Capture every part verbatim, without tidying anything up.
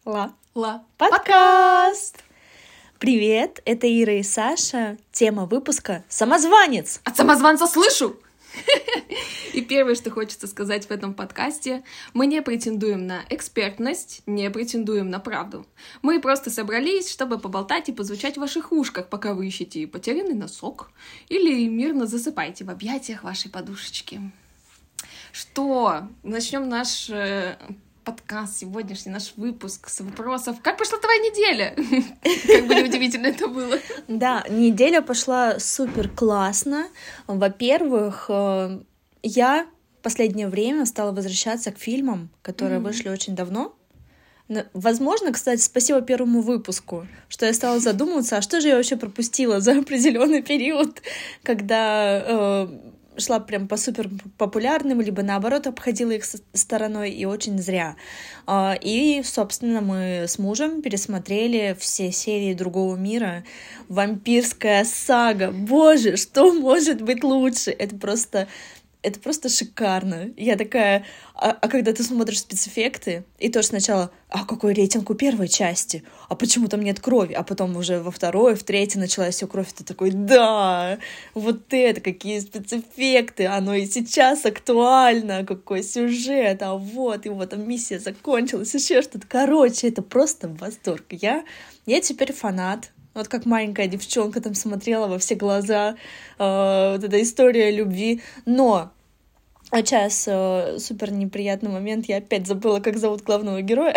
Ла. Ла. Подкаст! Привет, это Ира и Саша. Тема выпуска «Самозванец». От самозванца слышу! И первое, что хочется сказать в этом подкасте, мы не претендуем на экспертность, не претендуем на правду. Мы просто собрались, чтобы поболтать и позвучать в ваших ушках, пока вы ищете потерянный носок или мирно засыпаете в объятиях вашей подушечки. Что? Начнем наш э, подкаст, сегодняшний наш выпуск с вопросов. Как прошла твоя неделя? Как бы неудивительно это было. Да, неделя пошла супер классно. Во-первых, я в последнее время стала возвращаться к фильмам, которые mm-hmm. вышли очень давно. Возможно, кстати, спасибо первому выпуску, что я стала задумываться, а что же я вообще пропустила за определенный период, когда э, шла прям по супер популярным, либо наоборот обходила их стороной, и очень зря. Э, и, собственно, мы с мужем пересмотрели все серии «Другого мира». Вампирская сага. Боже, что может быть лучше? Это просто... Это просто шикарно. Я такая... А, а когда ты смотришь спецэффекты, и тоже сначала, а какой рейтинг у первой части? А почему там нет крови? А потом уже во второй, в третьей началась все кровь, ты такой, да, вот это, какие спецэффекты, оно и сейчас актуально, какой сюжет, а вот, и вот, а миссия закончилась, еще что-то. Короче, это просто восторг. Я, я теперь фанат. Вот как маленькая девчонка там смотрела во все глаза, э, вот эта история любви. Но сейчас э, супер неприятный момент, я опять забыла, как зовут главного героя.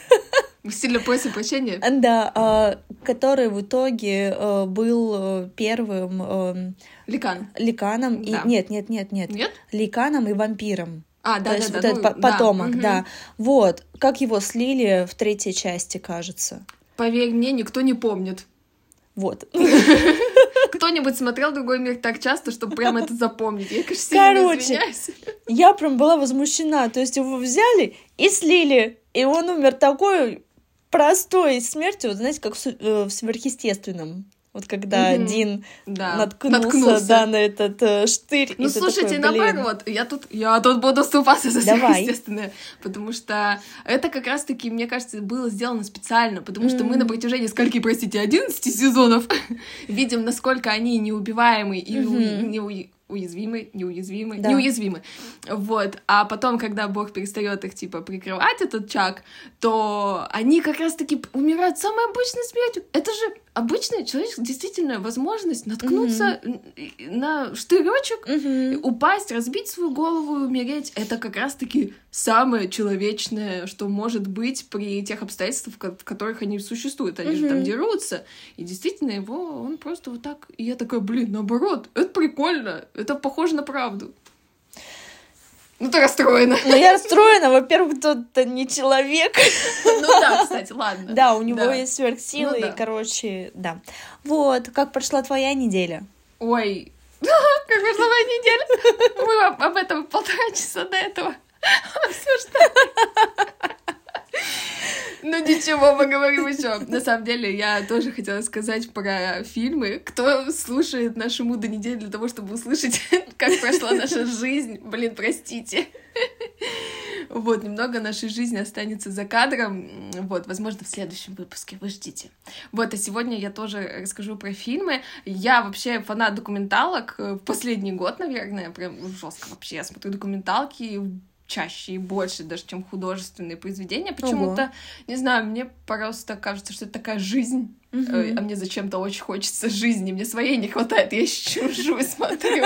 Сильно просим прощения. Да, э, который в итоге э, был первым... Э, Ликан. Ликаном. Да. И, нет, нет, нет, нет. Нет? Ликаном и вампиром. А, да, То есть да, вот да, этот ну, по- потомок, да. да. Угу. Вот, как его слили в третьей части, кажется. Поверь мне, никто не помнит. Вот. Кто-нибудь смотрел «Другой мир» так часто, чтобы прям это запомнить? Я, конечно, сильно Короче, извиняюсь. Я прям была возмущена. То есть его взяли и слили, и он умер такой простой смертью, вот знаете, как в, э, в «Сверхъестественном». Вот когда mm-hmm. Дин да. наткнулся, наткнулся да, на этот э, штырь. Ну, и слушайте, такой, наоборот, я тут, я тут буду вступаться за Давай. сверхъестественное, потому что это как раз-таки, мне кажется, было сделано специально, потому что mm-hmm. мы на протяжении, скольки, простите, одиннадцати сезонов видим, насколько они неубиваемы и mm-hmm. не уязвимы, неуязвимы, да. неуязвимы. Вот. А потом, когда Бог перестает их, типа, прикрывать, этот Чак, то они как раз-таки умирают самой обычной смертью. Это же обычная человеческая действительно возможность наткнуться mm-hmm. на штырёчек, mm-hmm. упасть, разбить свою голову и умереть. Это как раз-таки самое человечное, что может быть при тех обстоятельствах, в которых они существуют. Они mm-hmm. же там дерутся. И действительно его, он просто вот так... И я такая, блин, наоборот, это прикольно. Это похоже на правду. Ну, ты расстроена. Ну, я расстроена. Во-первых, тот-то не человек. Ну да, кстати, ладно. Да, у него да. есть сверхсилы, ну, да. и, короче, да. Вот, как прошла твоя неделя? Ой, как прошла моя неделя? Мы об этом полтора часа до этого обсуждали. Ну ничего, поговорим еще. На самом деле, я тоже хотела сказать про фильмы. Кто слушает нашу муду неделю для того, чтобы услышать, как прошла наша жизнь? Блин, простите. Вот, немного нашей жизни останется за кадром. Вот, возможно, в следующем выпуске. Вы ждите. Вот, а сегодня я тоже расскажу про фильмы. Я вообще фанат документалок. В последний год, наверное, прям жестко вообще. Я смотрю документалки чаще и больше даже, чем художественные произведения. Почему-то, Ого. не знаю, мне просто кажется, что это такая жизнь, uh-huh. а мне зачем-то очень хочется жизни, мне своей не хватает, я еще чужую смотрю.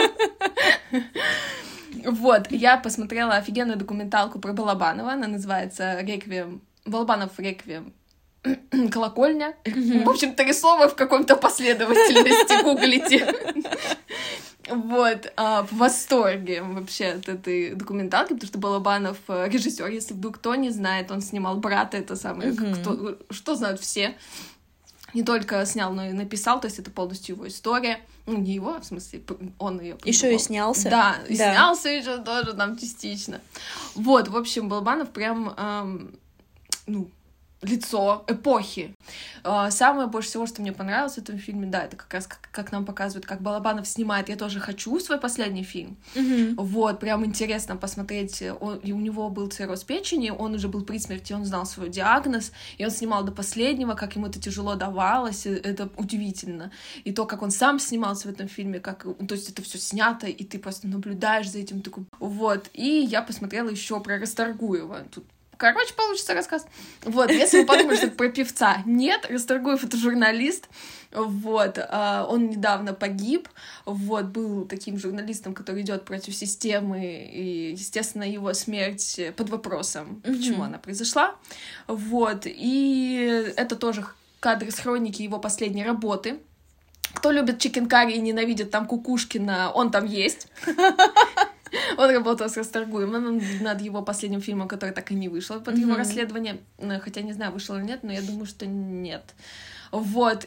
Вот, я посмотрела офигенную документалку про Балабанова, она называется «Реквием», Балабанов «Реквием», «Колокольня». В общем, три слова в какой-то последовательности, гуглите. Вот, а, в восторге вообще от этой документалки, потому что Балабанов режиссер, если вдруг кто не знает, он снимал «Брата», это самое, mm-hmm. кто, что знают все. Не только снял, но и написал, то есть это полностью его история. Ну, не его, в смысле, он ее придумал. Еще и снялся. Да, и да. снялся еще тоже там частично. Вот, в общем, Балабанов прям, эм, ну, лицо эпохи. Самое больше всего, что мне понравилось в этом фильме, да, это как раз как, как нам показывают, как Балабанов снимает «Я тоже хочу» свой последний фильм. Mm-hmm. Вот, прям интересно посмотреть. Он, и у него был цирроз печени, он уже был при смерти, он знал свой диагноз, и он снимал до последнего, как ему это тяжело давалось, это удивительно. И то, как он сам снимался в этом фильме, как, то есть это все снято, и ты просто наблюдаешь за этим, такой... Вот, и я посмотрела еще про Расторгуева. Тут короче, получится рассказ. Вот, если вы подумали, что это про певца. Нет, Расторгуев — это журналист. Вот, он недавно погиб. Вот, был таким журналистом, который идет против системы. И, естественно, его смерть под вопросом, mm-hmm. почему она произошла. Вот, и это тоже кадры с хроники его последней работы. Кто любит чикен карри и ненавидит там Кукушкина, он там есть. Он работал с Расторгуевым над его последним фильмом, который так и не вышел под mm-hmm. его расследование. Хотя не знаю, вышел или нет, но я думаю, что нет. Вот,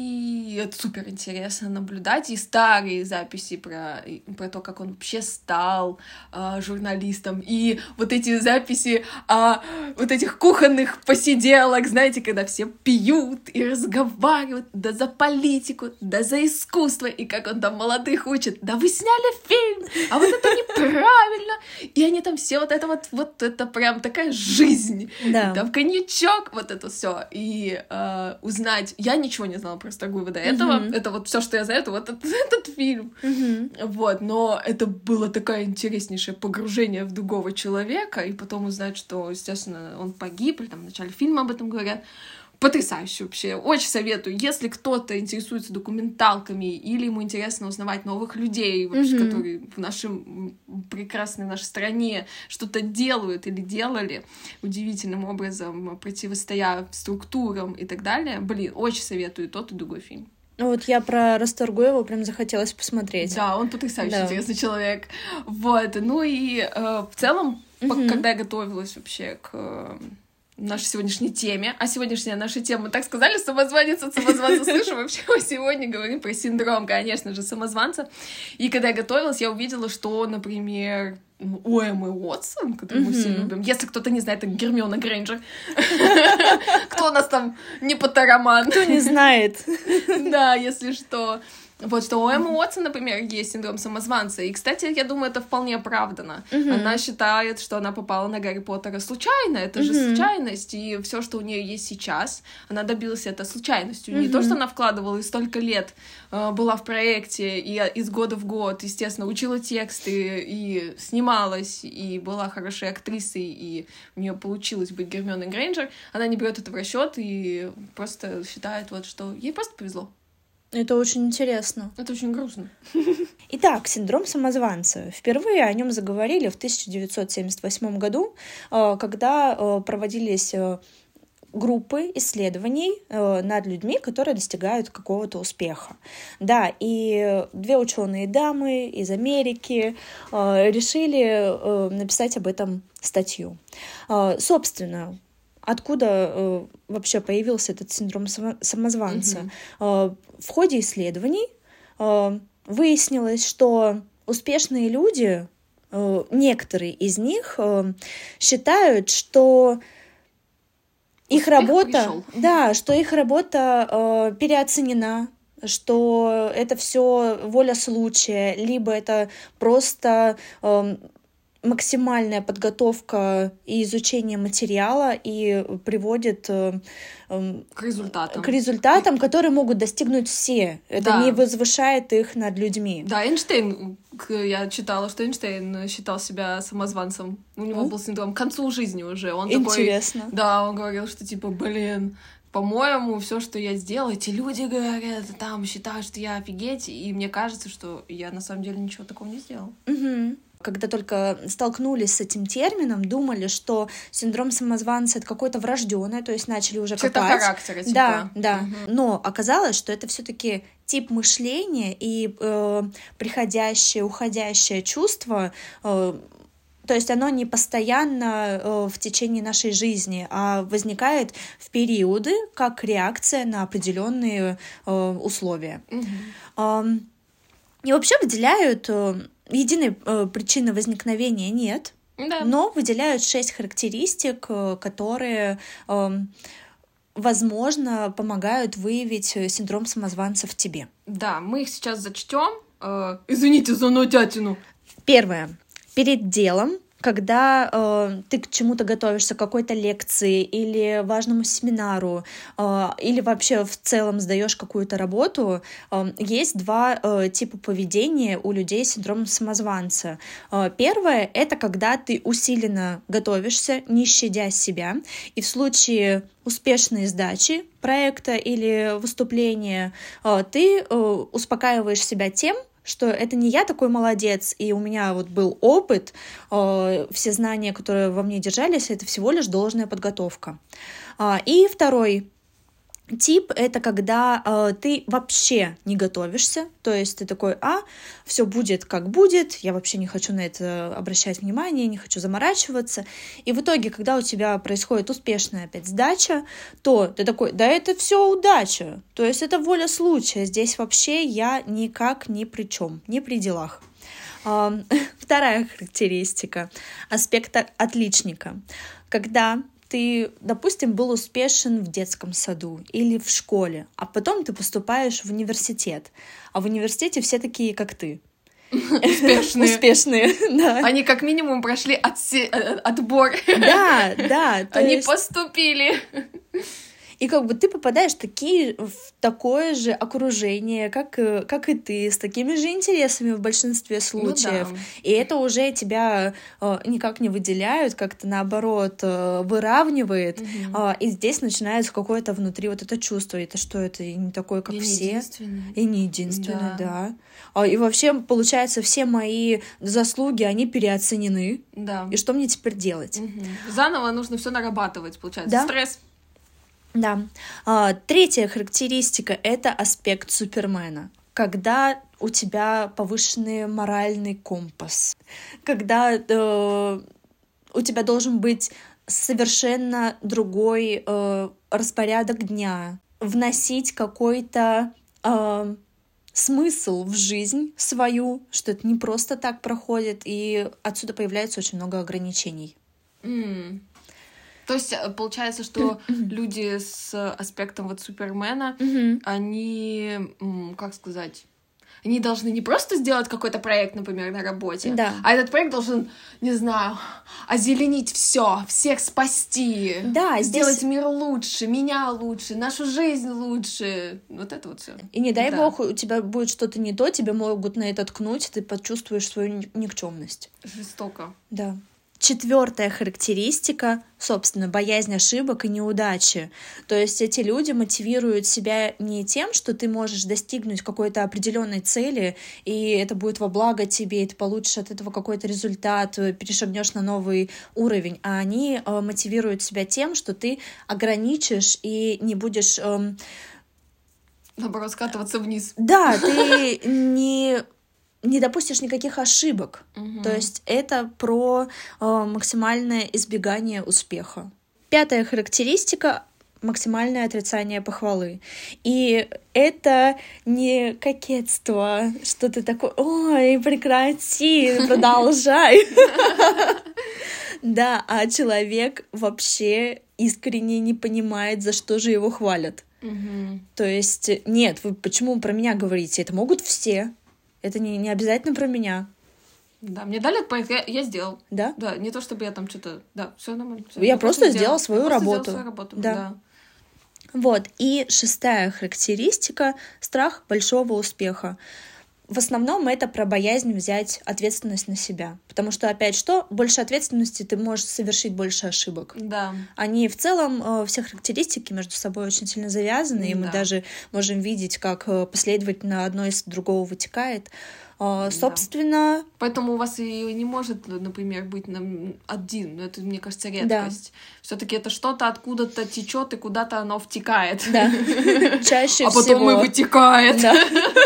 и это супер интересно наблюдать. И старые записи про, про то, как он вообще стал э, журналистом. И вот эти записи э, вот этих кухонных посиделок, знаете, когда все пьют и разговаривают, да за политику, да за искусство. И как он там молодых учит: да вы сняли фильм, а вот это неправильно. И они там все вот это вот, вот это прям такая жизнь. Да. И там коньячок, вот это все. И э, узнать. Я ничего не знала про Расторгуева до этого. Mm-hmm. Это вот все, что я знаю, это вот этот, этот фильм. Mm-hmm. Вот, но это было такое интереснейшее погружение в другого человека, и потом узнать, что, естественно, он погиб, или там в начале фильма об этом говорят. Потрясающе вообще. Очень советую. Если кто-то интересуется документалками или ему интересно узнавать новых людей, вообще, mm-hmm. которые в нашем прекрасной нашей стране что-то делают или делали удивительным образом, противостоя структурам и так далее, блин, очень советую тот и другой фильм. Вот я про Расторгуева прям захотелось посмотреть. Да, он потрясающий, да. Интересный человек. Вот. Ну и э, в целом, mm-hmm. когда я готовилась вообще к... Э, нашей сегодняшней теме. А сегодняшняя наша тема, так сказали, самозванец от самозванца. Слышу, вообще мы сегодня говорим про синдром, конечно же, самозванца. И когда я готовилась, я увидела, что, например, у Эммы Уотсон, которую мы все любим, если кто-то не знает, это Гермиона Грейнджер. Кто у нас там не Поттероман? Кто не знает. Да, если что... Вот что у Эммы Уотсон, например, есть синдром самозванца. И, кстати, я думаю, это вполне оправдано. Mm-hmm. Она считает, что она попала на Гарри Поттера случайно. Это mm-hmm. же случайность. И все, что у нее есть сейчас, она добилась это случайностью. Mm-hmm. Не то, что она вкладывала и столько лет э, была в проекте, и из года в год, естественно, учила тексты, и снималась, и была хорошей актрисой, и у нее получилось быть Гермионой Грейнджер. Она не берет это в расчет и просто считает, вот, что ей просто повезло. Это очень интересно. Это очень грустно. Итак, синдром самозванца. Впервые о нем заговорили в тысяча девятьсот семьдесят восьмом году, когда проводились группы исследований над людьми, которые достигают какого-то успеха. Да, и две ученые дамы из Америки решили написать об этом статью. Собственно, откуда э, вообще появился этот синдром самозванца? Mm-hmm. Э, в ходе исследований э, выяснилось, что успешные люди, э, некоторые из них э, считают, что их Успех работа, пришел. да, что их работа э, переоценена, что это все воля случая, либо это просто э, максимальная подготовка и изучение материала и приводит э, э, к результатам. к результатам, которые могут достигнуть все. Это да. не возвышает их над людьми. Да, Эйнштейн, я читала, что Эйнштейн считал себя самозванцем. У него mm? был синдром к концу жизни уже. Он Интересно. Такой, да, он говорил, что типа, блин, по-моему, все, что я сделала, эти люди говорят, там считают, что я офигеть, и мне кажется, что я на самом деле ничего такого не сделала. Mm-hmm. Когда только столкнулись с этим термином, думали, что синдром самозванца — это какое-то врожденное, то есть начали уже Что-то копать. характера, типа. Да, да. Угу. Но оказалось, что это все-таки тип мышления и э, приходящее, уходящее чувство. Э, То есть оно не постоянно э, в течение нашей жизни, а возникает в периоды как реакция на определенные э, условия. Угу. Э, и вообще выделяют... Э, Единой э, причины возникновения нет, да. но выделяют шесть характеристик, э, которые э, возможно, помогают выявить синдром самозванца в тебе. Да, мы их сейчас зачтем. Э, извините за нудятину. Первое. Перед делом, когда э, ты к чему-то готовишься, к какой-то лекции или важному семинару, э, или вообще в целом сдаешь какую-то работу, э, есть два э, типа поведения у людей с синдромом самозванца. Э, первое — это когда ты усиленно готовишься, не щадя себя, и в случае успешной сдачи проекта или выступления э, ты э, успокаиваешь себя тем, что это не я такой молодец, и у меня вот был опыт, э, все знания, которые во мне держались, это всего лишь должная подготовка. Э, и второй тип — это когда э, ты вообще не готовишься, то есть ты такой, а, все будет как будет, я вообще не хочу на это обращать внимание, не хочу заморачиваться, и в итоге, когда у тебя происходит успешная опять сдача, то ты такой, да это все удача, то есть это воля случая, здесь вообще я никак ни при чем, ни при делах. Э, вторая характеристика — аспект отличника, когда ты, допустим, был успешен в детском саду или в школе, а потом ты поступаешь в университет, а в университете все такие, как ты. Успешные. Успешные, да. Они как минимум прошли отсе... отбор. Да, да. Они есть... поступили. И как бы ты попадаешь в, такие, в такое же окружение, как, как и ты, с такими же интересами в большинстве случаев. Ну, да. И это уже тебя э, никак не выделяют, как-то наоборот э, выравнивает. Угу. Э, и здесь начинается какое-то внутри вот это чувство. Это что, это не такое, как и все. Не и не единственное, да. да. И вообще, получается, все мои заслуги, они переоценены. Да. И что мне теперь делать? Угу. Заново нужно все нарабатывать, получается. Да? Стресс. Да. А, третья характеристика — это аспект Супермена. Когда у тебя повышенный моральный компас, когда э, у тебя должен быть совершенно другой э, распорядок дня, вносить какой-то э, смысл в жизнь свою, что это не просто так проходит, и отсюда появляется очень много ограничений. Mm. То есть получается, что люди с аспектом вот Супермена, mm-hmm. они, как сказать, они должны не просто сделать какой-то проект, например, на работе, да. а этот проект должен, не знаю, озеленить все, всех спасти, да, сделать здесь... мир лучше, меня лучше, нашу жизнь лучше, вот это вот все. И не дай да. бог, у тебя будет что-то не то, тебе могут на это ткнуть, ты почувствуешь свою никчемность. Жестоко. Да. Четвертая характеристика, собственно, боязнь ошибок и неудачи. То есть эти люди мотивируют себя не тем, что ты можешь достигнуть какой-то определенной цели, и это будет во благо тебе, и ты получишь от этого какой-то результат, перешагнешь на новый уровень, а они э, мотивируют себя тем, что ты ограничишь и не будешь... Э, Наоборот, скатываться вниз. Да, ты не... не допустишь никаких ошибок. Угу. То есть это про э, максимальное избегание успеха. Пятая характеристика — максимальное отрицание похвалы. И это не кокетство, что ты такой, ой, прекрати, продолжай. Да, а человек вообще искренне не понимает, за что же его хвалят. То есть, нет, вы почему про меня говорите? Это могут все. Это не, не обязательно про меня. Да, мне дали этот проект, я, я сделал. Да? Да, не то чтобы я там что-то... Да, все нормально. Всё. Я, я просто сделала свою я работу. Просто свою работу. Да. да. Вот. И шестая характеристика — страх большого успеха. В основном это про боязнь взять ответственность на себя. Потому что, опять, что? Больше ответственности, ты можешь совершить больше ошибок. Да. Они в целом, э, все характеристики между собой очень сильно завязаны, и мы да. даже можем видеть, как последовательно одно из другого вытекает. Э, собственно... Да. Поэтому у вас и не может, например, быть один. Это, мне кажется, редкость. Да. Все-таки это что-то откуда-то течет, и куда-то оно втекает. Да. Чаще всего. А потом и вытекает. Да.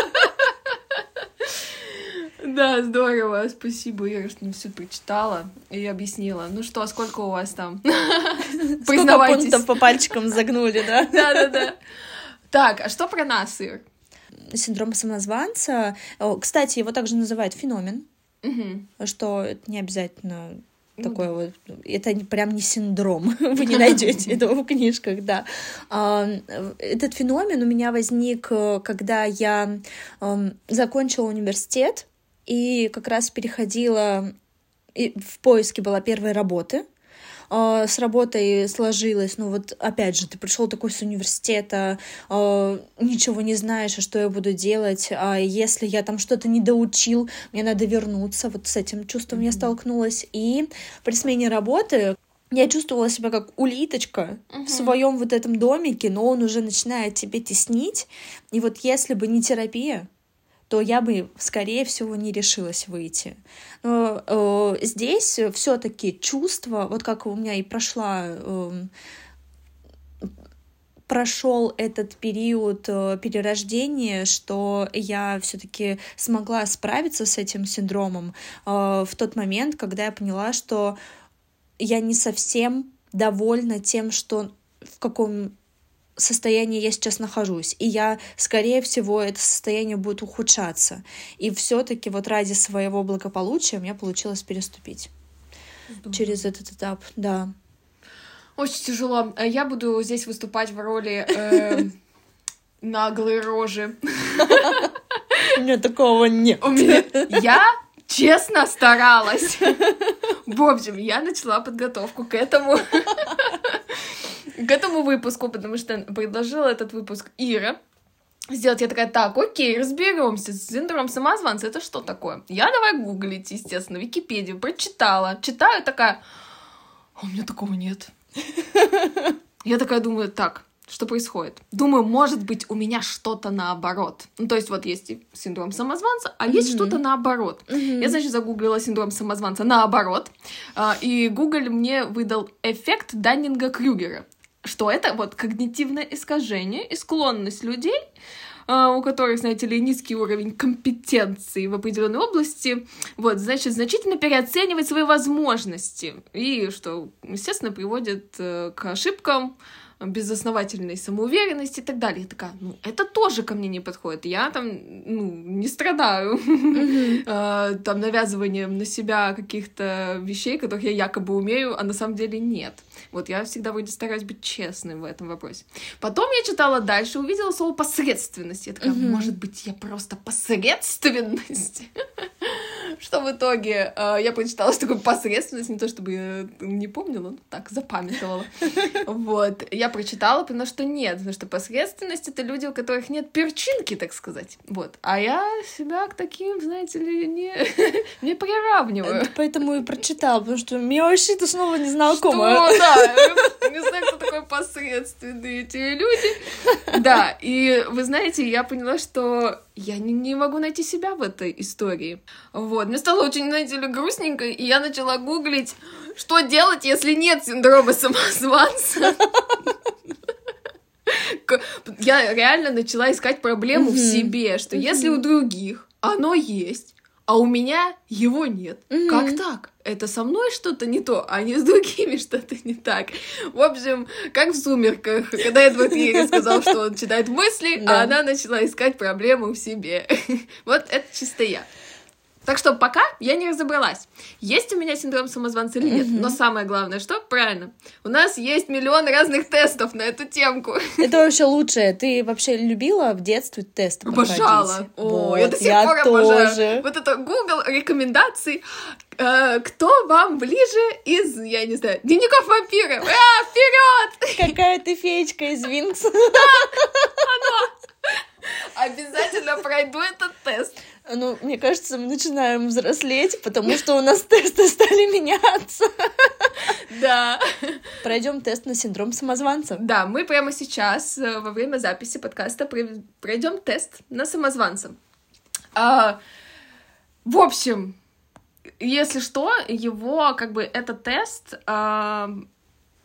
Да, здорово. Спасибо, Ира, что мне все прочитала и объяснила. Ну что, сколько у вас там? Сколько пунктов по пальчикам загнули, да? Да-да-да. Так, а что про нас, Ир? Синдром самозванца. Кстати, его также называют феномен, угу. что это не обязательно такой mm. вот, это прям не синдром, вы не найдете этого в книжках, да. Этот феномен у меня возник, когда я закончила университет и как раз переходила, в поиске была первой работы. С работой сложилось, ну вот опять же, ты пришел такой с университета, ничего не знаешь, а что я буду делать, а если я там что-то не доучил, мне надо вернуться, вот с этим чувством mm-hmm. я столкнулась, и при смене работы я чувствовала себя как улиточка mm-hmm. в своем вот этом домике, но он уже начинает тебя теснить, и вот если бы не терапия, то я бы, скорее всего, не решилась выйти. Но э, здесь все-таки чувство, вот как у меня и прошла, э, прошел этот период э, перерождения, что я все-таки смогла справиться с этим синдромом э, в тот момент, когда я поняла, что я не совсем довольна тем, что в каком состоянии я сейчас нахожусь, и я, скорее всего, это состояние будет ухудшаться. И все-таки вот ради своего благополучия мне получилось переступить Здорово. через этот этап, да. Очень тяжело. Я буду здесь выступать в роли э, наглой рожи. У меня такого нет. Я честно старалась. В общем, я начала подготовку к этому. К этому выпуску, потому что предложила этот выпуск Ира сделать. Я такая, так, окей, разберемся. Синдром самозванца, это что такое? Я давай гуглить, естественно, Википедию, прочитала. Читаю, такая, а у меня такого нет. Я такая думаю, так, что происходит? Думаю, может быть, у меня что-то наоборот. Ну, то есть вот есть и синдром самозванца, а mm-hmm. есть что-то наоборот. Mm-hmm. Я, значит, загуглила синдром самозванца наоборот, и Google мне выдал эффект Даннинга-Крюгера. Что это вот когнитивное искажение и склонность людей, у которых, знаете ли, низкий уровень компетенции в определенной области, вот, значит, значительно переоценивать свои возможности, и что, естественно, приводит к ошибкам, безосновательной самоуверенности и так далее. Я такая, ну, это тоже ко мне не подходит. Я там, ну, не страдаю mm-hmm. там навязыванием на себя каких-то вещей, которых я якобы умею, а на самом деле нет. Вот я всегда вроде стараюсь быть честной в этом вопросе. Потом я читала дальше, увидела слово посредственность. Я такая, mm-hmm. может быть, я просто посредственность? Что в итоге э, я прочитала, что такое посредственность, не то чтобы я не помнила, но так, запамятовала. Вот, я прочитала, поняла, что нет, потому что посредственность — это люди, у которых нет перчинки, так сказать. Вот, а я себя к таким, знаете ли, не, не приравниваю. Поэтому и прочитала, потому что мне вообще это снова не знакомо. Что, да, не знаю, кто такой посредственные эти люди. Да, и вы знаете, я поняла, что я не, не могу найти себя в этой истории. Вот. Мне стало очень, знаете ли, грустненько, и я начала гуглить, что делать, если нет синдрома самозванца. Я реально начала искать проблему в себе, что если у других оно есть, а у меня его нет. Mm-hmm. Как так? Это со мной что-то не то, а не с другими что-то не так. В общем, как в «Сумерках», когда Эдвард Йери сказал, что он читает мысли, да. а она начала искать проблему в себе. Вот это чисто я. Так что пока я не разобралась, есть у меня синдром самозванца или нет. Mm-hmm. Но самое главное, что правильно, у нас есть миллион разных тестов на эту темку. Это вообще лучшее. Ты вообще любила в детстве тесты проходить? Обожала. О, вот, я до сих я пор тоже. обожаю. Вот это Google рекомендаций. Э, кто вам ближе из, я не знаю, дневников вампира? А, вперед! Какая ты феечка из Винкс. Обязательно пройду этот тест. Ну, мне кажется, мы начинаем взрослеть, потому что у нас тесты стали меняться. Да. Пройдем тест на синдром самозванца. Да, мы прямо сейчас, во время записи подкаста, пройдем тест на самозванца. А, в общем, если что, его, как бы, этот тест... А,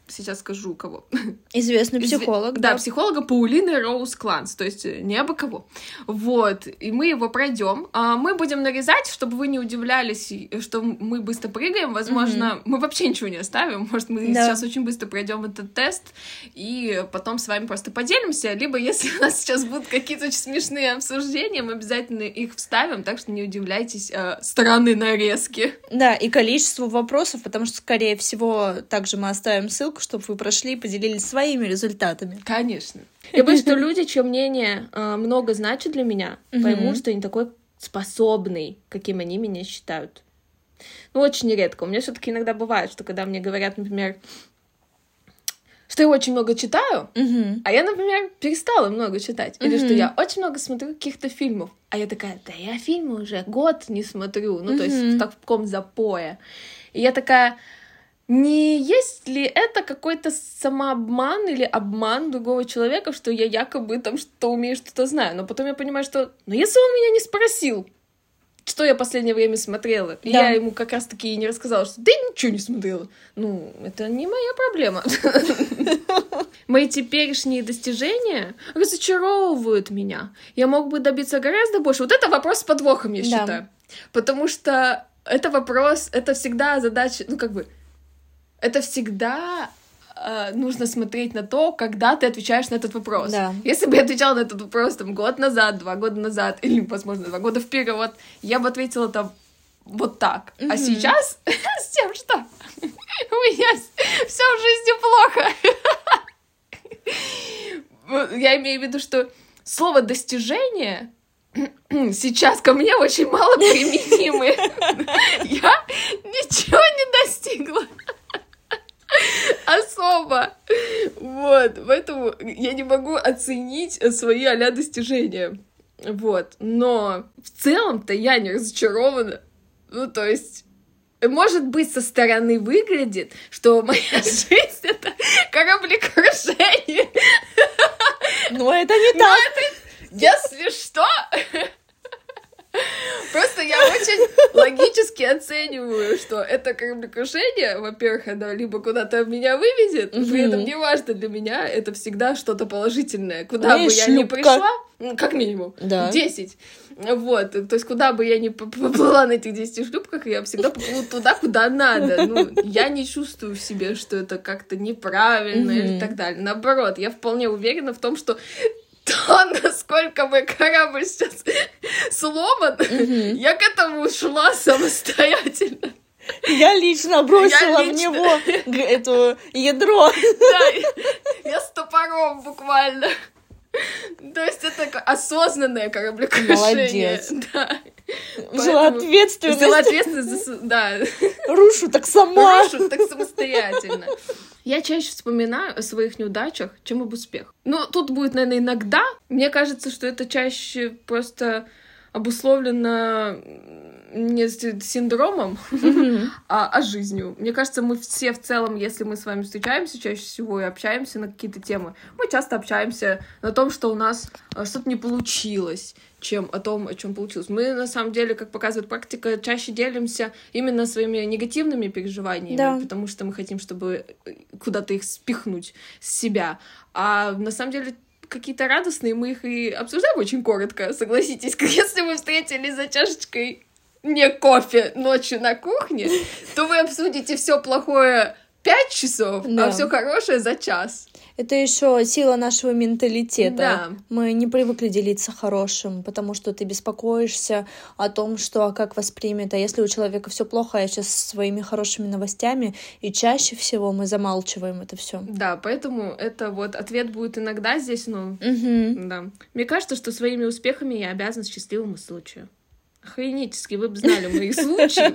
сейчас скажу кого. Известный психолог. Изв... Да, да, психолога Паулины Роуз Кланс, то есть не абы кого. Вот, и мы его пройдем. Мы будем нарезать, чтобы вы не удивлялись, что мы быстро прыгаем. Возможно, mm-hmm. мы вообще ничего не оставим. Может, мы да. сейчас очень быстро пройдем этот тест, и потом с вами просто поделимся. Либо, если у нас сейчас будут какие-то очень смешные обсуждения, мы обязательно их вставим, так что не удивляйтесь э, странной нарезки. Да, и количество вопросов, потому что, скорее всего, также мы оставим ссылку, чтобы вы прошли и поделились своими результатами. Конечно. Я боюсь, что люди, чье мнение э, много значит для меня, mm-hmm. поймут, что я не такой способный, каким они меня считают. Ну, очень редко. У меня все-таки иногда бывает, что когда мне говорят, например, что я очень много читаю, mm-hmm. а я, например, перестала много читать. Mm-hmm. Или что я очень много смотрю каких-то фильмов. А я такая, да я фильмы уже год не смотрю. Ну, mm-hmm. то есть в таком запое. И я такая... Не есть ли это какой-то самообман или обман другого человека, что я якобы там что-то умею, что-то знаю? Но потом я понимаю, что... Ну, если он меня не спросил, что я в последнее время смотрела, да. я ему как раз-таки и не рассказала, что ты ничего не смотрела. Ну, это не моя проблема. Мои теперешние достижения разочаровывают меня. Я мог бы добиться гораздо больше. Вот это вопрос с подвохом, я считаю. Потому что это вопрос, это всегда задача, ну, как бы... Это всегда э, нужно смотреть на то, когда ты отвечаешь на этот вопрос. Да. Если бы я отвечала на этот вопрос там, год назад, два года назад, или, возможно, два года вперед, я бы ответила там вот так. Mm-hmm. А сейчас с тем, что у меня все в жизни плохо. Я имею в виду, что слово «достижение» сейчас ко мне очень мало применимы. Я ничего не достигла. Особо. Вот. Поэтому я не могу оценить свои а-ля достижения. Вот. Но в целом-то я не разочарована. Ну, то есть... Может быть, со стороны выглядит, что моя жизнь — это кораблекрушение. Но это не так. Если что... Просто я очень логически оцениваю, что это кораблекрушение, во-первых, оно либо куда-то меня выведет, mm-hmm. при этом не важно для меня, это всегда что-то положительное. Куда ну, бы я шлюпка. ни пришла, как минимум, да. десять. Вот, то есть куда бы я ни поплыла на этих десяти шлюпках, я всегда поплыву туда, куда надо. Ну, я не чувствую в себе, что это как-то неправильно mm-hmm. и так далее. Наоборот, я вполне уверена в том, что то, насколько мой корабль сейчас сломан, mm-hmm. я к этому шла самостоятельно. Я лично бросила я лично... в него это ядро. Да, я с топором буквально. То есть это осознанное кораблекрушение. Молодец. Да. Взяла ответственность. Взяла ответственность за... Да. Рушу так сама. Рушу так самостоятельно. Я чаще вспоминаю о своих неудачах, чем об успехах. Ну, тут будет, наверное, иногда. Мне кажется, что это чаще просто обусловлено не синдромом, mm-hmm. а, а жизнью. Мне кажется, мы все в целом, если мы с вами встречаемся чаще всего и общаемся на какие-то темы, мы часто общаемся на том, что у нас что-то не получилось, чем о том, о чем получилось. Мы, на самом деле, как показывает практика, чаще делимся именно своими негативными переживаниями, да. потому что мы хотим, чтобы куда-то их спихнуть с себя. А на самом деле какие-то радостные, мы их и обсуждаем очень коротко, согласитесь. Если мы встретились за чашечкой не кофе ночью на кухне, то вы обсудите все плохое пять часов, да. а все хорошее за час. Это еще сила нашего менталитета. Да. Мы не привыкли делиться хорошим, потому что ты беспокоишься о том, что а как воспримет. А если у человека все плохо, я сейчас своими хорошими новостями, и чаще всего мы замалчиваем это все. Да, поэтому это вот ответ будет иногда здесь, но угу. да. Мне кажется, что своими успехами я обязана счастливому случаю. Охренительски, вы бы знали мои случаи.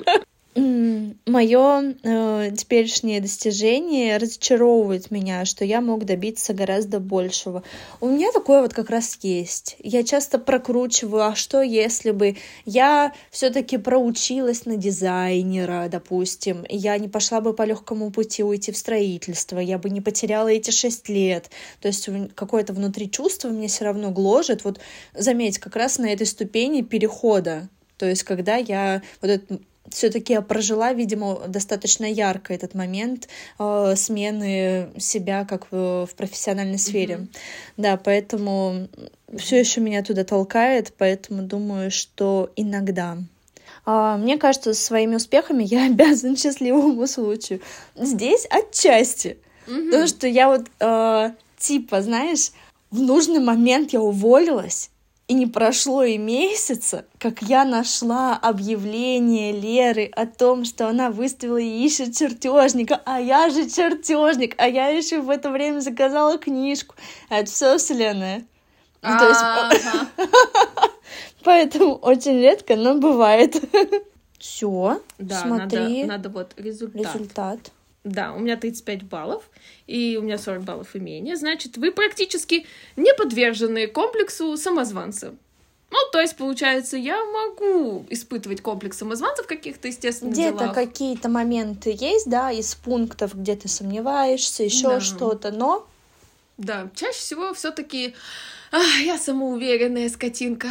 Мое э, теперешнее достижение разочаровывает меня, что я мог добиться гораздо большего. У меня такое вот как раз есть. Я часто прокручиваю, а что если бы я все-таки проучилась на дизайнера, допустим, я не пошла бы по легкому пути уйти в строительство, я бы не потеряла эти шесть лет. То есть какое-то внутри чувство меня все равно гложет. Вот заметь, как раз на этой ступени перехода. То есть, когда я вот этот все-таки я прожила, видимо, достаточно ярко этот момент э, смены себя как в, в профессиональной сфере. Mm-hmm. Да, поэтому mm-hmm. все еще меня туда толкает, поэтому думаю, что иногда. Э, мне кажется, своими успехами я обязана счастливому случаю. Здесь отчасти. Mm-hmm. Потому что я вот, э, типа, знаешь, в нужный момент я уволилась, и не прошло и месяца, как я нашла объявление Леры о том, что она выставила и ищет чертежника, а я же чертежник, а я еще в это время заказала книжку. А это все вселенная. То есть, поэтому очень редко, но бывает. Все, смотри. Надо вот результат. Результат. Да, у меня тридцать пять баллов, и у меня сорок баллов имения. Значит, вы практически не подвержены комплексу самозванца. Ну, то есть, получается, я могу испытывать комплекс самозванца в каких-то естественных где-то делах. Где-то какие-то моменты есть, да, из пунктов, где ты сомневаешься, еще да. что-то, но... Да, чаще всего все-таки я самоуверенная скотинка.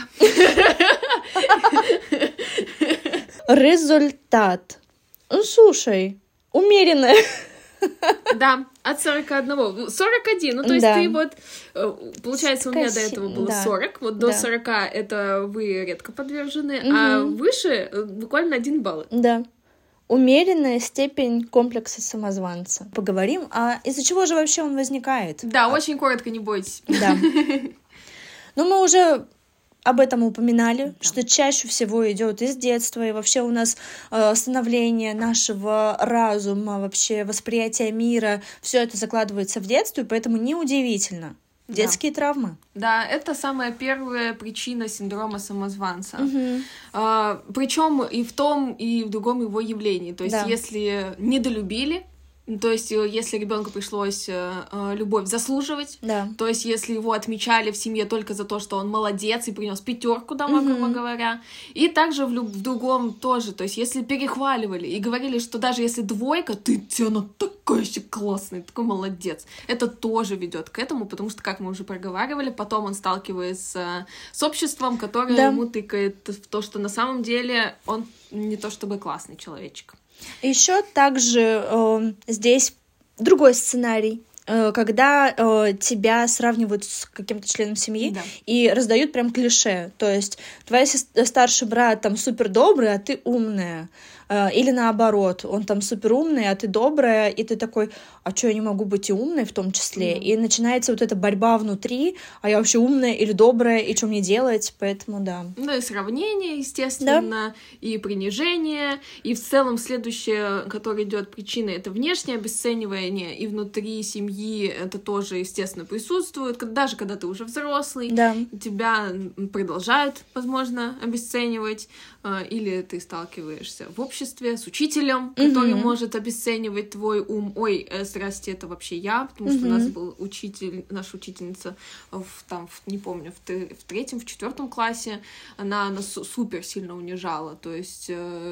Результат. Ну, слушай... Умеренная. Да, от сорока одного. сорок один. Ну, то есть да. ты вот... Получается, у меня Скоси... до этого было да. сорок. Вот да. до сорока это вы редко подвержены, угу. а выше буквально один балл. Да. Умеренная степень комплекса самозванца. Поговорим, а из-за чего же вообще он возникает? Да, а... очень коротко, не бойтесь. Да. Ну, мы уже... об этом упоминали, да. что чаще всего идет из детства, и вообще у нас э, становление нашего разума, вообще восприятие мира, все это закладывается в детстве, поэтому неудивительно. Детские да. травмы. Да, это самая первая причина синдрома самозванца. Угу. А, причем и в том, и в другом его явлении. То есть, да. если недолюбили, то есть, если ребенку пришлось э, любовь заслуживать, да. то есть, если его отмечали в семье только за то, что он молодец и принес пятерку дома, mm-hmm. грубо говоря, и также в, люб- в другом тоже, то есть, если перехваливали и говорили, что даже если двойка, ты, она такая еще классная, такой молодец, это тоже ведет к этому, потому что, как мы уже проговаривали, потом он сталкивается с обществом, которое да. ему тыкает в то, что на самом деле он не то чтобы классный человечек. Еще также э, здесь другой сценарий, э, когда э, тебя сравнивают с каким-то членом семьи да. и раздают прям клише. То есть твой старший брат там супер добрый, а ты умная. Э, или наоборот, он там супер умный, а ты добрая, и ты такой, а что, я не могу быть и умной в том числе? Mm. И начинается вот эта борьба внутри, а я вообще умная или добрая, и что мне делать? Поэтому да. Ну и сравнение, естественно, да. и принижение, и в целом следующее, которое идет причиной, это внешнее обесценивание, и внутри семьи это тоже, естественно, присутствует, даже когда ты уже взрослый, да. тебя продолжают, возможно, обесценивать, или ты сталкиваешься в обществе с учителем, который mm-hmm. может обесценивать твой ум. Ой, здрасте, это вообще я, потому mm-hmm. что у нас был учитель, наша учительница, в, там, в, не помню, в, т- в третьем, в четвертом классе, она нас супер сильно унижала, то есть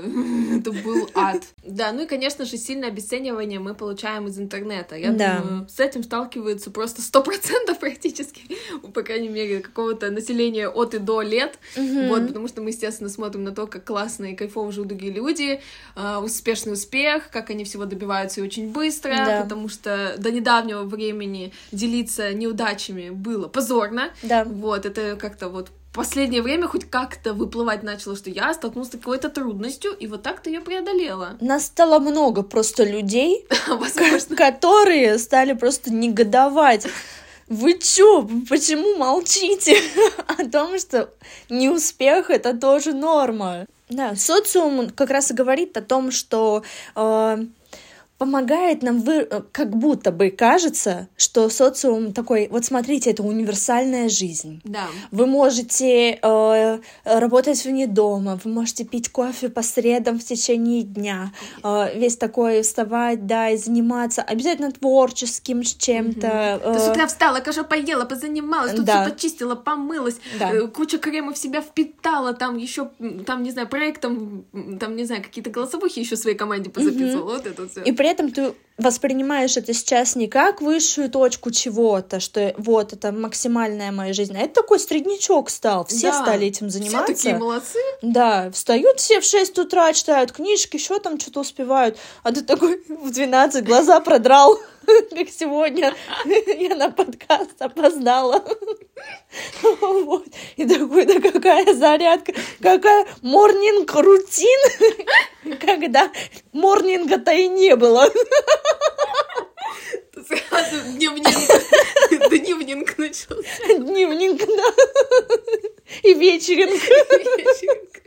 э, это был ад. Да, ну и, конечно же, сильное обесценивание мы получаем из интернета. Я да. думаю, с этим сталкиваются просто сто процентов практически, по крайней мере, какого-то населения от и до лет, mm-hmm. вот, потому что мы, естественно, смотрим на то, как классно и кайфово живут другие люди, э, успешный успех, как они всего добиваются и очень быстро, да. потому что до недавнего времени делиться неудачами было позорно. Да. Вот, это как-то вот в последнее время хоть как-то выплывать начало, что я столкнулась с какой-то трудностью, и вот так-то ее преодолела. Нас стало много просто людей, которые стали просто негодовать. Вы чё? Почему молчите о том, что неуспех — это тоже норма? Да, социум как раз и говорит о том, что э, помогает нам, вы... как будто бы кажется, что социум такой, вот смотрите, это универсальная жизнь. Да. Вы можете э, работать вне дома, вы можете пить кофе по средам в течение дня, э, весь такой вставать, да, и заниматься обязательно творческим чем-то. Угу. Ты с утра встала, кашу поела, позанималась, тут да. все почистила, помылась, да. э, куча крема в себя впитала, там еще, там, не знаю, проектом, там, не знаю, какие-то голосовухи еще своей команде позаписывала, угу. вот это все. И при этом ты воспринимаешь это сейчас не как высшую точку чего-то, что вот это максимальная моя жизнь, а это такой среднячок стал, все да, стали этим заниматься. Все такие молодцы. Да, встают все в шесть утра, читают книжки, еще там что-то успевают, а ты такой в двенадцать глаза продрал, как сегодня я на подкаст опоздала. Вот. И такой, да какая зарядка, какая морнинг-рутин, когда морнинга-то и не было. Сразу дневник, дневник начался. Дневник, да. И вечеринка. Вечеринка.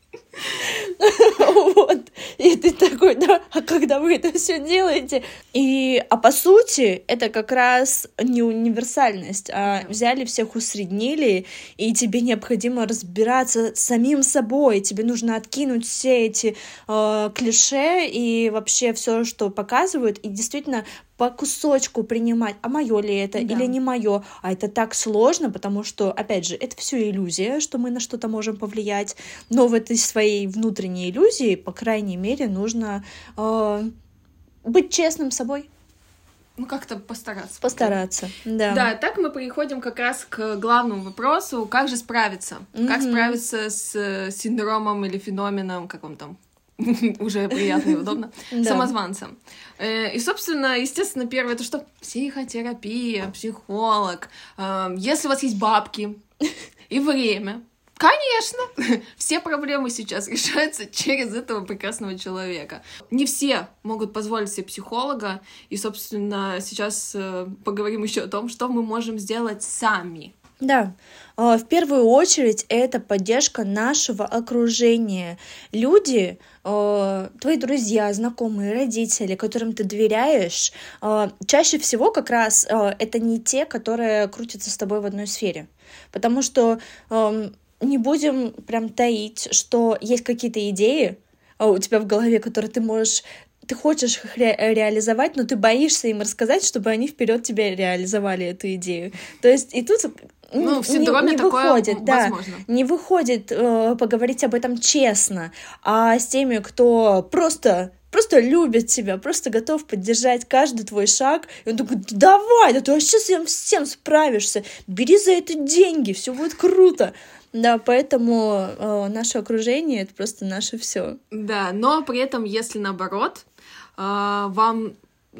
Вот. И ты такой, да, а когда вы это все делаете? И, а по сути, это как раз не универсальность, а взяли всех, усреднили, и тебе необходимо разбираться с самим собой, тебе нужно откинуть все эти э, клише и вообще все, что показывают, и действительно по кусочку принимать, а мое ли это да. или не мое. А это так сложно, потому что, опять же, это все иллюзия, что мы на что-то можем повлиять, но в этой своей внутренней иллюзии, по крайней мере, нужно э, быть честным с собой. Ну, как-то постараться. Постараться, да. Да, так мы переходим как раз к главному вопросу, как же справиться? Mm-hmm. Как справиться с синдромом или феноменом, как вам там уже приятно и удобно, самозванцем. И, собственно, естественно, первое, это что? Психотерапия, психолог. Если у вас есть бабки и время, конечно, все проблемы сейчас решаются через этого прекрасного человека. Не все могут позволить себе психолога, и, собственно, сейчас поговорим еще о том, что мы можем сделать сами. Да, в первую очередь это поддержка нашего окружения. Люди, твои друзья, знакомые, родители, которым ты доверяешь, чаще всего как раз это не те, которые крутятся с тобой в одной сфере. Потому что не будем прям таить, что есть какие-то идеи у тебя в голове, которые ты можешь... Ты хочешь их ре- реализовать, но ты боишься им рассказать, чтобы они вперед тебе реализовали эту идею. То есть и тут ну, в синдроме не, не такое выходит, да, возможно. Не выходит э, поговорить об этом честно, а с теми, кто просто, просто любит тебя, просто готов поддержать каждый твой шаг, и он такой, давай, да ты вообще с этим всем справишься, бери за это деньги, все будет круто. Да, поэтому э, наше окружение — это просто наше все. Да, но при этом, если наоборот, э, вам,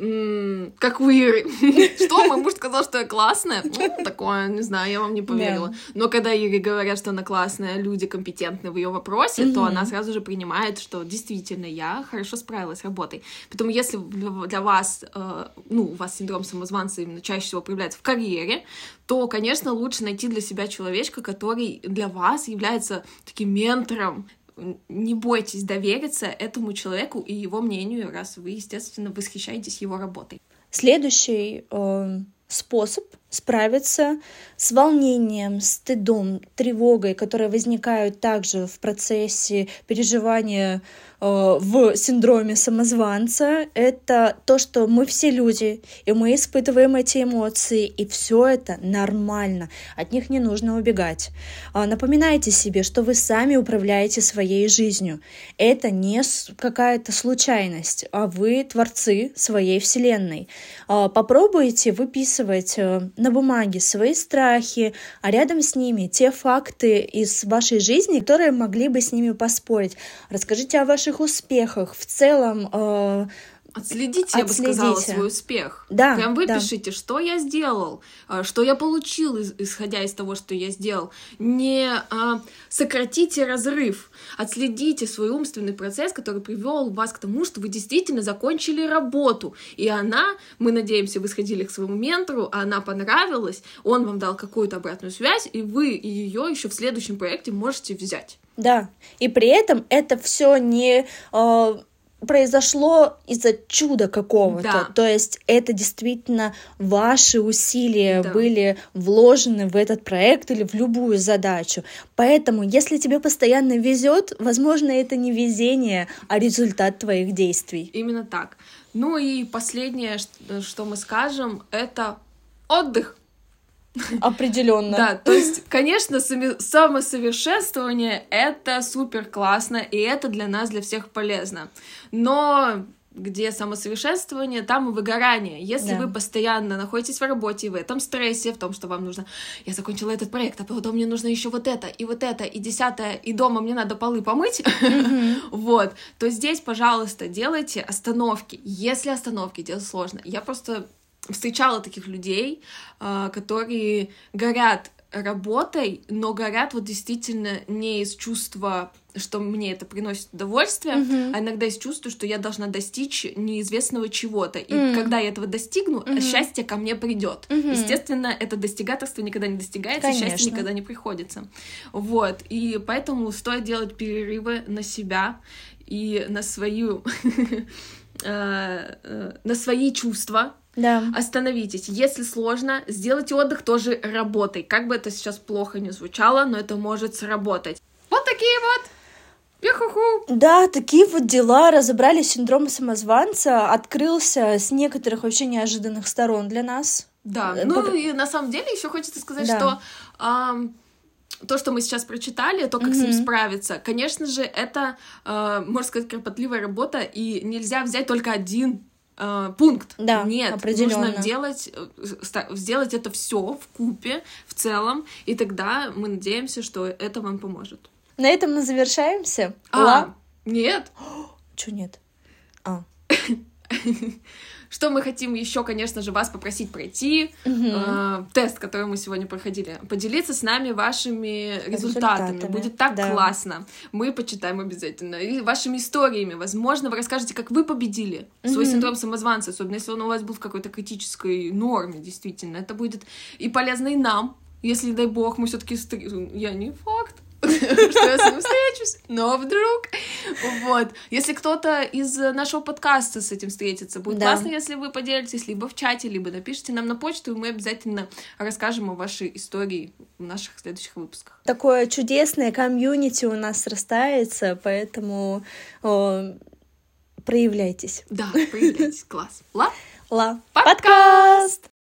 м- как у Иры, что, мой муж сказал, что я классная? Ну, такое, не знаю, я вам не поверила. Но когда Ире говорят, что она классная, люди компетентны в ее вопросе, то она сразу же принимает, что действительно я хорошо справилась с работой. Поэтому если для вас, э, ну, у вас синдром самозванца именно чаще всего проявляется в карьере, то, конечно, лучше найти для себя человечка, который для вас является таким ментором. Не бойтесь довериться этому человеку и его мнению, раз вы, естественно, восхищаетесь его работой. Следующий э, способ справиться с волнением, стыдом, тревогой, которые возникают также в процессе переживания э, в синдроме самозванца, это то, что мы все люди, и мы испытываем эти эмоции, и все это нормально, от них не нужно убегать. Э, напоминайте себе, что вы сами управляете своей жизнью. Это не какая-то случайность, а вы творцы своей вселенной. Э, попробуйте выписывать э, на бумаге свои страхи, а рядом с ними те факты из вашей жизни, которые могли бы с ними поспорить. Расскажите о ваших успехах. В целом... Э, Отследите, я бы сказала, свой успех. Да, Прям выпишите, да. что я сделал, что я получил, исходя из того, что я сделал. Не а, сократите разрыв. Отследите свой умственный процесс, который привел вас к тому, что вы действительно закончили работу. И она, мы надеемся, вы сходили к своему ментору, а она понравилась, он вам дал какую-то обратную связь, и вы ее еще в следующем проекте можете взять. Да, и при этом это все не... Э... произошло из-за чуда какого-то. Да. То есть это действительно ваши усилия да. были вложены в этот проект или в любую задачу. Поэтому, если тебе постоянно везет, возможно, это не везение, а результат твоих действий. Именно так. Ну и последнее, что мы скажем, это отдых. Определенно. Да, то есть, конечно, самосовершенствование — это супер классно, и это для нас, для всех полезно. Но где самосовершенствование, там и выгорание. Если Да. вы постоянно находитесь в работе, в этом стрессе, в том, что вам нужно... Я закончила этот проект, а потом мне нужно еще вот это, и вот это, и десятое, и дома мне надо полы помыть, Mm-hmm. вот, то здесь, пожалуйста, делайте остановки. Если остановки делать сложно. Я просто встречала таких людей, которые горят работой, но горят вот действительно не из чувства, что мне это приносит удовольствие, Mm-hmm. а иногда из чувства, что я должна достичь неизвестного чего-то. И Mm-hmm. когда я этого достигну, Mm-hmm. счастье ко мне придет. Mm-hmm. Естественно, это достигаторство никогда не достигается, Конечно. счастье никогда не приходится. Вот. И поэтому стоит делать перерывы на себя и на свою... на свои чувства. Да. Остановитесь. Если сложно, сделайте отдых тоже работой. Как бы это сейчас плохо не звучало, но это может сработать. Вот такие вот. Юху-ху. Да, такие вот дела. Разобрали синдром самозванца. Открылся с некоторых вообще неожиданных сторон для нас. Да, Э, ну поп- и на самом деле еще хочется сказать, Да. что ам, то, что мы сейчас прочитали, то, как с ним Мгм. справиться, конечно же, это, э, можно сказать, кропотливая работа, и нельзя взять только один э, пункт. Да, Нет, определенно. нужно делать, э, ста- сделать это все в купе, в целом, и тогда мы надеемся, что это вам поможет. На этом мы завершаемся. А, Ла... нет. Чё нет? А. Что мы хотим еще, конечно же, вас попросить пройти Мгм. э, тест, который мы сегодня проходили, поделиться с нами вашими результатами. Результатами, Будет так да. классно. Мы почитаем обязательно. И вашими историями. Возможно, вы расскажете, как вы победили свой Мгм. синдром самозванца, особенно если он у вас был в какой-то критической норме, действительно. Это будет и полезно и нам, если, не дай бог, мы все-таки... Я не факт, что я с ним встречусь, но вдруг. Вот. Если кто-то из нашего подкаста с этим встретится, будет Да. классно, если вы поделитесь либо в чате, либо напишите нам на почту, и мы обязательно расскажем о вашей истории в наших следующих выпусках. Такое чудесное комьюнити у нас растается, поэтому о, проявляйтесь. Да, проявляйтесь. Класс. Ла? Ла. Подкаст!